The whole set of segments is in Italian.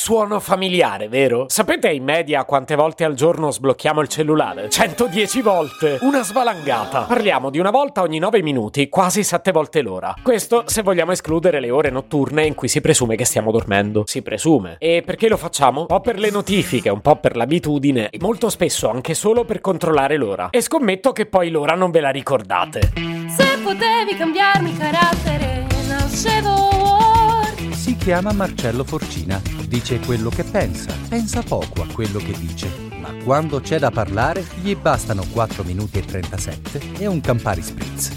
Suono familiare, vero? Sapete in media quante volte al giorno sblocchiamo il cellulare? 110 volte! Una svalangata! Parliamo di una volta ogni 9 minuti, quasi 7 volte l'ora. Questo se vogliamo escludere le ore notturne in cui si presume che stiamo dormendo. Si presume. E perché lo facciamo? Un po' per le notifiche, un po' per l'abitudine e molto spesso anche solo per controllare l'ora. E scommetto che poi l'ora non ve la ricordate. Se potevi cambiarmi carattere, nascevo. Si chiama Marcello Forcina, dice quello che pensa poco a quello che dice, ma quando c'è da parlare gli bastano 4 minuti e 37 e un Campari Spritz.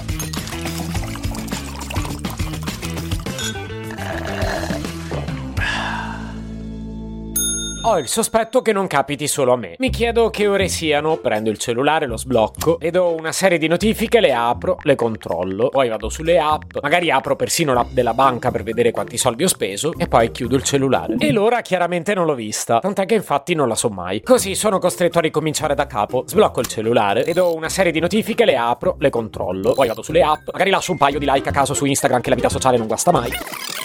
Ho il sospetto che non capiti solo a me. Mi chiedo che ore siano, prendo il cellulare, lo sblocco, vedo una serie di notifiche, le apro, le controllo, poi vado sulle app, magari apro persino l'app della banca per vedere quanti soldi ho speso e poi chiudo il cellulare. E l'ora chiaramente non l'ho vista, tant'è che infatti non la so mai. Così sono costretto a ricominciare da capo, sblocco il cellulare, vedo una serie di notifiche, le apro, le controllo, poi vado sulle app, magari lascio un paio di like a caso su Instagram che la vita sociale non guasta mai.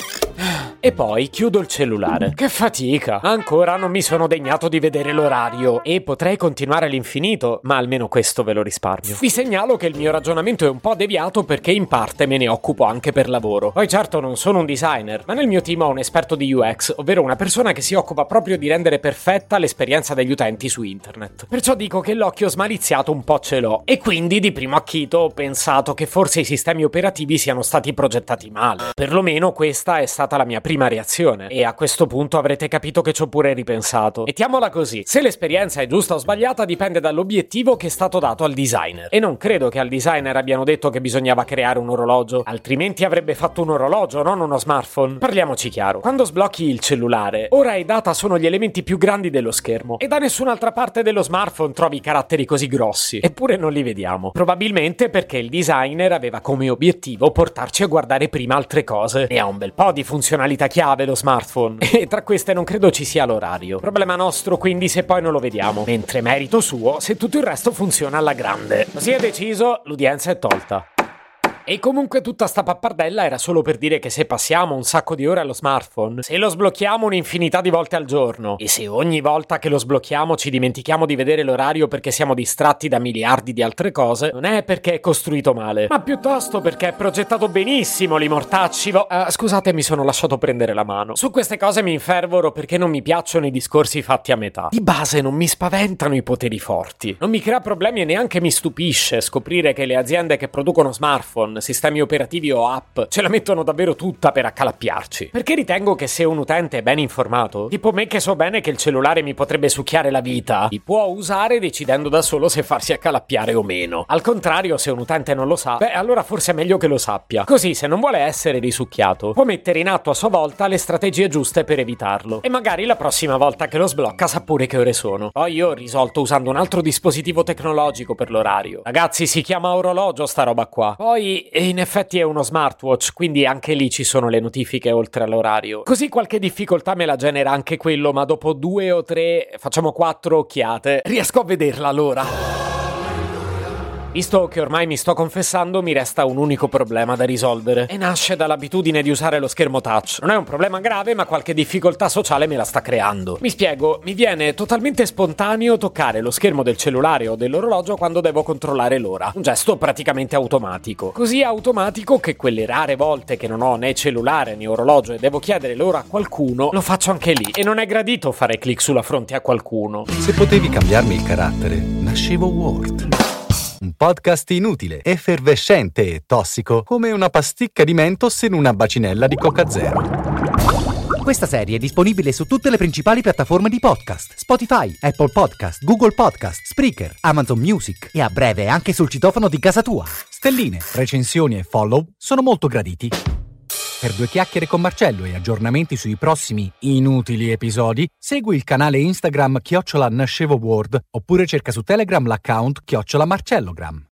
E poi chiudo il cellulare. Che fatica! Ancora non mi sono degnato di vedere l'orario e potrei continuare all'infinito, ma almeno questo ve lo risparmio. Vi segnalo che il mio ragionamento è un po' deviato perché in parte me ne occupo anche per lavoro. Poi certo non sono un designer, ma nel mio team ho un esperto di UX, ovvero una persona che si occupa proprio di rendere perfetta l'esperienza degli utenti su internet. Perciò dico che l'occhio smaliziato un po' ce l'ho e quindi di primo acchito ho pensato che forse i sistemi operativi siano stati progettati male. Perlomeno questa è stata la mia prima reazione e a questo punto avrete capito che ci ho pure ripensato. Mettiamola così: se l'esperienza è giusta o sbagliata dipende dall'obiettivo che è stato dato al designer, e non credo che al designer abbiano detto che bisognava creare un orologio, altrimenti avrebbe fatto un orologio, non uno smartphone. Parliamoci chiaro: quando sblocchi il cellulare, ora e data sono gli elementi più grandi dello schermo e da nessun'altra parte dello smartphone trovi caratteri così grossi, eppure non li vediamo, probabilmente perché il designer aveva come obiettivo portarci a guardare prima altre cose. E ha un bel po' di funzionalità chiave lo smartphone e tra queste non credo ci sia l'orario. Problema nostro quindi se poi non lo vediamo, mentre merito suo se tutto il resto funziona alla grande. Così è deciso, l'udienza è tolta. E comunque tutta sta pappardella era solo per dire che se passiamo un sacco di ore allo smartphone, se lo sblocchiamo un'infinità di volte al giorno e se ogni volta che lo sblocchiamo ci dimentichiamo di vedere l'orario perché siamo distratti da miliardi di altre cose, non è perché è costruito male, ma piuttosto perché è progettato benissimo l'immortacci. Scusate, mi sono lasciato prendere la mano. Su queste cose mi infervoro perché non mi piacciono i discorsi fatti a metà. Di base non mi spaventano i poteri forti, non mi crea problemi e neanche mi stupisce scoprire che le aziende che producono smartphone, sistemi operativi o app ce la mettono davvero tutta per accalappiarci. Perché ritengo che se un utente è ben informato, tipo me che so bene che il cellulare mi potrebbe succhiare la vita, li può usare decidendo da solo se farsi accalappiare o meno. Al contrario, se un utente non lo sa, allora forse è meglio che lo sappia. Così, se non vuole essere risucchiato, può mettere in atto a sua volta le strategie giuste per evitarlo. E magari la prossima volta che lo sblocca sa pure che ore sono. Poi io ho risolto usando un altro dispositivo tecnologico per l'orario. Ragazzi, si chiama orologio sta roba qua. Poi in effetti è uno smartwatch, quindi anche lì ci sono le notifiche oltre all'orario. Così qualche difficoltà me la genera anche quello, ma dopo 2 o 3, facciamo 4 occhiate, riesco a vederla l'ora. Visto che ormai mi sto confessando, mi resta un unico problema da risolvere e nasce dall'abitudine di usare lo schermo touch. Non è un problema grave, ma qualche difficoltà sociale me la sta creando. Mi spiego: mi viene totalmente spontaneo toccare lo schermo del cellulare o dell'orologio quando devo controllare l'ora. Un gesto praticamente automatico. Così automatico che quelle rare volte che non ho né cellulare né orologio e devo chiedere l'ora a qualcuno, lo faccio anche lì. E non è gradito fare click sulla fronte a qualcuno. Se potevi cambiarmi il carattere, nascevo Word. Un podcast inutile, effervescente e tossico, come una pasticca di Mentos in una bacinella di Coca Zero. Questa serie è disponibile su tutte le principali piattaforme di podcast: Spotify, Apple Podcast, Google Podcast, Spreaker, Amazon Music e a breve anche sul citofono di casa tua. Stelline, recensioni e follow sono molto graditi. Per 2 chiacchiere con Marcello e aggiornamenti sui prossimi inutili episodi, segui il canale Instagram @NascevoWord oppure cerca su Telegram l'account @MarcelloGram.